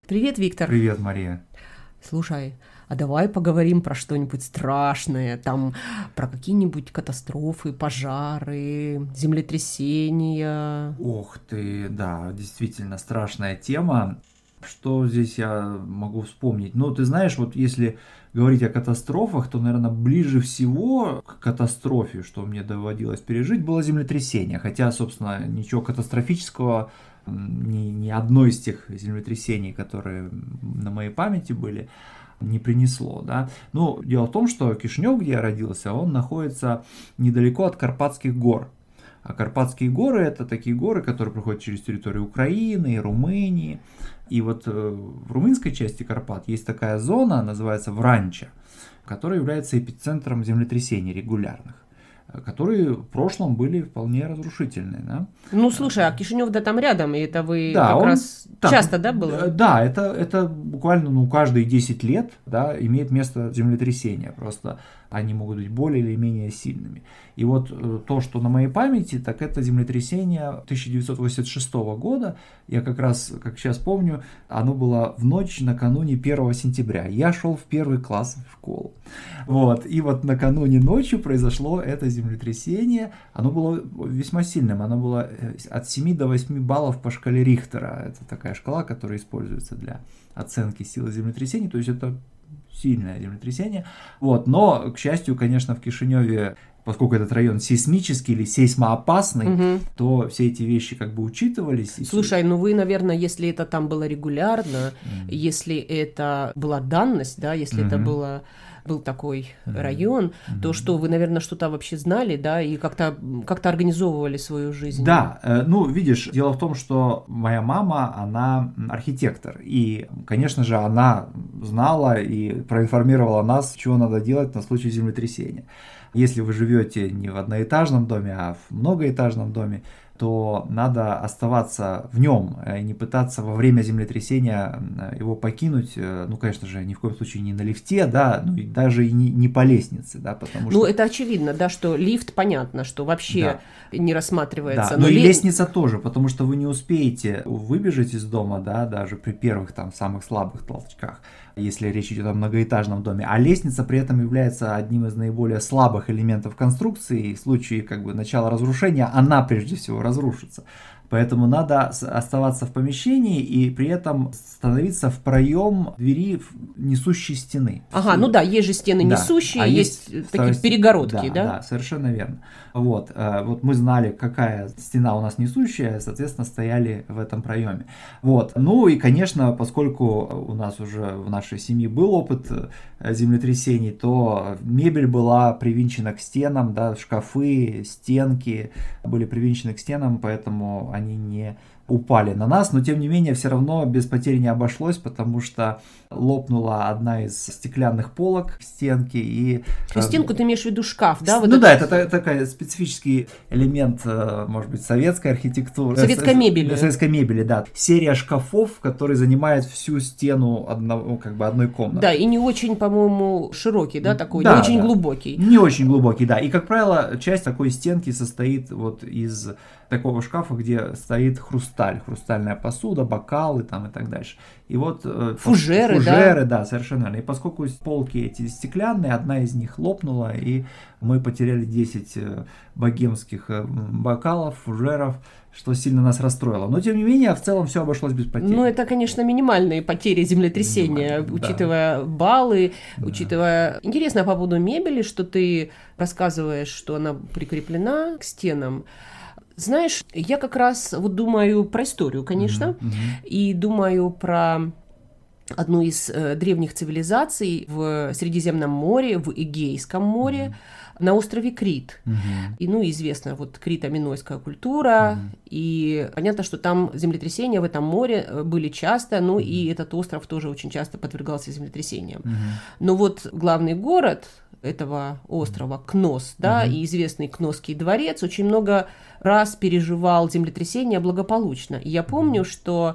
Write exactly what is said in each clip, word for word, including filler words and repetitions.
Привет, Виктор. Привет, Мария. Слушай, а давай поговорим про что-нибудь страшное, там про какие-нибудь катастрофы, пожары, землетрясения. Ох ты, да, действительно страшная тема. Что здесь я могу вспомнить? Ну, ты знаешь, вот если говорить о катастрофах, то, наверное, ближе всего к катастрофе, что мне доводилось пережить, было землетрясение. Хотя, собственно, ничего катастрофического, ни, ни одно из тех землетрясений, которые на моей памяти были, не принесло, да. Ну, дело в том, что Кишинев, где я родился, он находится недалеко от Карпатских гор. А Карпатские горы – это такие горы, которые проходят через территорию Украины и Румынии. И вот в румынской части Карпат есть такая зона, называется Вранча, которая является эпицентром землетрясений регулярных, которые в прошлом были вполне разрушительные. Да? Ну, слушай, а Кишинев, да, там рядом, и это вы да, как он, раз так, часто, да, было? Да, это, это буквально ну, каждые десять лет, да, имеет место землетрясение, просто они могут быть более или менее сильными. И вот то, что на моей памяти, так это землетрясение тысяча девятьсот восемьдесят шестого года, я как раз, как сейчас помню, оно было в ночь накануне первого сентября. Я шел в первый класс в школу. Вот, и вот накануне ночью произошло это землетрясение, оно было весьма сильным, оно было от семи до восьми баллов по шкале Рихтера. Это такая шкала, которая используется для оценки силы землетрясений, то есть это сильное землетрясение. Вот. Но, к счастью, конечно, в Кишиневе, поскольку этот район сейсмический или сейсмоопасный, угу. то все эти вещи как бы учитывались. Слушай, ну вы, наверное, если это там было регулярно, mm. если это была данность, да, если mm-hmm. это было... был такой mm-hmm. район, mm-hmm. то что вы, наверное, что-то вообще знали, да, и как-то, как-то организовывали свою жизнь. Да, э, ну, видишь, дело в том, что моя мама, она архитектор, и, конечно же, она знала и проинформировала нас, чего надо делать на случай землетрясения. Если вы живете не в одноэтажном доме, а в многоэтажном доме, то надо оставаться в нем и не пытаться во время землетрясения его покинуть, ну, конечно же, ни в коем случае не на лифте, да, ну, и даже и не, не по лестнице, да, потому что... Ну, это очевидно, да, что лифт, понятно, что вообще да. не рассматривается. Да, но, но и ли... лестница тоже, потому что вы не успеете выбежать из дома, да, даже при первых там самых слабых толчках, если речь идет о многоэтажном доме, а лестница при этом является одним из наиболее слабых элементов конструкции, и в случае как бы начала разрушения она прежде всего разрушится. Поэтому надо оставаться в помещении и при этом становиться в проем двери несущей стены. Ага, ну да, есть же стены да. несущие, а есть, есть такие ст... перегородки, да, да? Да, совершенно верно. Вот, вот мы знали, какая стена у нас несущая, соответственно, стояли в этом проеме. Вот, ну и, конечно, поскольку у нас уже в нашей семье был опыт землетрясений, то мебель была привинчена к стенам, да, шкафы, стенки были привинчены к стенам, поэтому они не упали на нас, но тем не менее все равно без потерь не обошлось, потому что лопнула одна из стеклянных полок стенки и... Ну, стенку ты имеешь в виду шкаф, да? Вот ну это... да, это, это такой специфический элемент, может быть, советской архитектуры. Советской мебели. Советской мебели, да. Серия шкафов, которые занимают всю стену одного, как бы одной комнаты. Да, и не очень, по-моему, широкий, да, такой, да, не очень да. глубокий. Не очень глубокий, да. И, как правило, часть такой стенки состоит вот из такого шкафа, где стоит хрусталь, хрустальная посуда, бокалы там и так дальше. И вот фужеры, фужеры, да? да, совершенно верно. И поскольку полки эти стеклянные, одна из них лопнула, и мы потеряли десять богемских бокалов, фужеров, что сильно нас расстроило. Но, тем не менее, в целом все обошлось без потерь. Ну, это, конечно, минимальные потери землетрясения, да. учитывая баллы, да. учитывая... Интересно по поводу мебели, что ты рассказываешь, что она прикреплена к стенам. Знаешь, я как раз вот думаю про историю, конечно, mm-hmm. Mm-hmm. и думаю про одну из э, древних цивилизаций в Средиземном море, в Эгейском море, mm-hmm. на острове Крит. Mm-hmm. И, ну, известно, вот крито-минойская культура, mm-hmm. и понятно, что там землетрясения в этом море были часто, ну, mm-hmm. и этот остров тоже очень часто подвергался землетрясениям. Mm-hmm. Но вот главный город этого острова, Кнос, да, uh-huh. и известный Кносский дворец, очень много раз переживал землетрясения благополучно. И я помню, что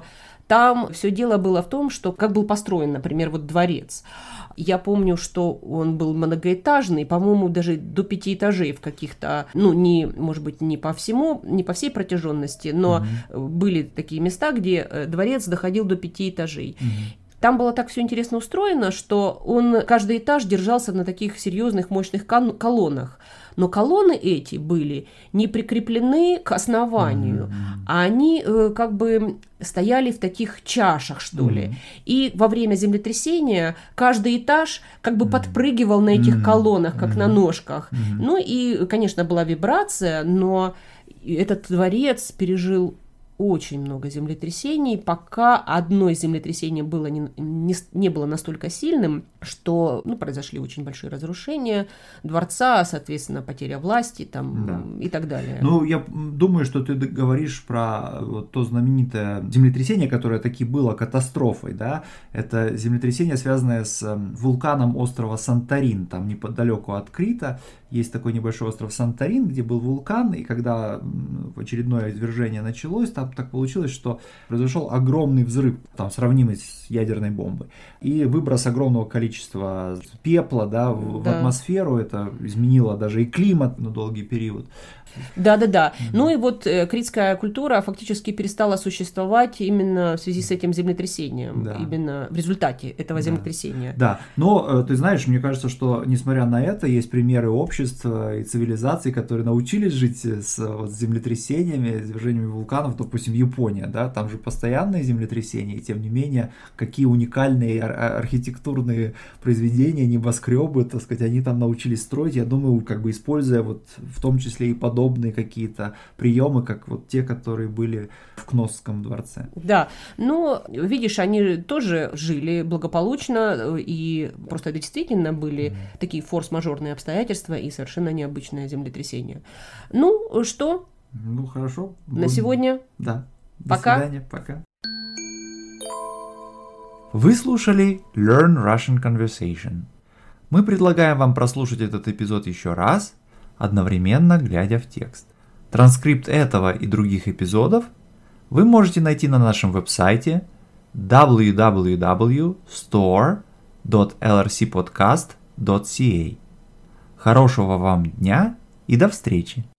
Там все дело было в том, что как был построен, например, вот дворец. Я помню, что он был многоэтажный, по-моему, даже до пяти этажей в каких-то, ну, не, может быть, не по всему, не по всей протяженности, но mm-hmm. были такие места, где дворец доходил до пяти этажей. Mm-hmm. Там было так все интересно устроено, что он, каждый этаж держался на таких серьезных мощных колоннах. Но колонны эти были не прикреплены к основанию, mm-hmm. а они э, как бы стояли в таких чашах, что ли. Mm-hmm. И во время землетрясения каждый этаж как бы mm-hmm. подпрыгивал на этих mm-hmm. колоннах, как mm-hmm. на ножках. Mm-hmm. Ну и, конечно, была вибрация, но этот дворец пережил очень много землетрясений, пока одно землетрясение было не, не, не было настолько сильным, что ну, произошли очень большие разрушения дворца, соответственно, потеря власти там, да. и так далее. Ну, я думаю, что ты говоришь про вот то знаменитое землетрясение, которое таки было катастрофой, да, это землетрясение, связанное с вулканом острова Санторин, там неподалеку от Крита есть такой небольшой остров Санторин, где был вулкан, и когда очередное извержение началось, там так получилось, что произошел огромный взрыв, там сравнимый с ядерной бомбой, и выброс огромного количества пепла, да, в, да. в атмосферу, это изменило даже и климат на долгий период. Да-да-да. Mm-hmm. Ну и вот э, критская культура фактически перестала существовать именно в связи с этим землетрясением, да. именно в результате этого да. землетрясения. Да, но э, ты знаешь, мне кажется, что несмотря на это, есть примеры общества и цивилизаций, которые научились жить с, вот, с землетрясениями, извержениями вулканов, допустим, Япония, да, там же постоянные землетрясения, и тем не менее, какие уникальные ар- архитектурные произведения, небоскребы, так сказать, они там научились строить, я думаю, как бы используя вот в том числе и подобные какие-то приемы, как вот те, которые были в Кносском дворце. Да, но видишь, они тоже жили благополучно, и просто действительно были mm. такие форс-мажорные обстоятельства и совершенно необычное землетрясение. Ну, что? Ну, хорошо. На Будем... сегодня? Да. До пока. свидания. Пока. Вы слушали Learn Russian Conversation. Мы предлагаем вам прослушать этот эпизод еще раз, одновременно глядя в текст. Транскрипт этого и других эпизодов вы можете найти на нашем веб-сайте дабл ю дабл ю дабл ю точка стор точка эл ар си подкаст точка си эй. Хорошего вам дня и до встречи!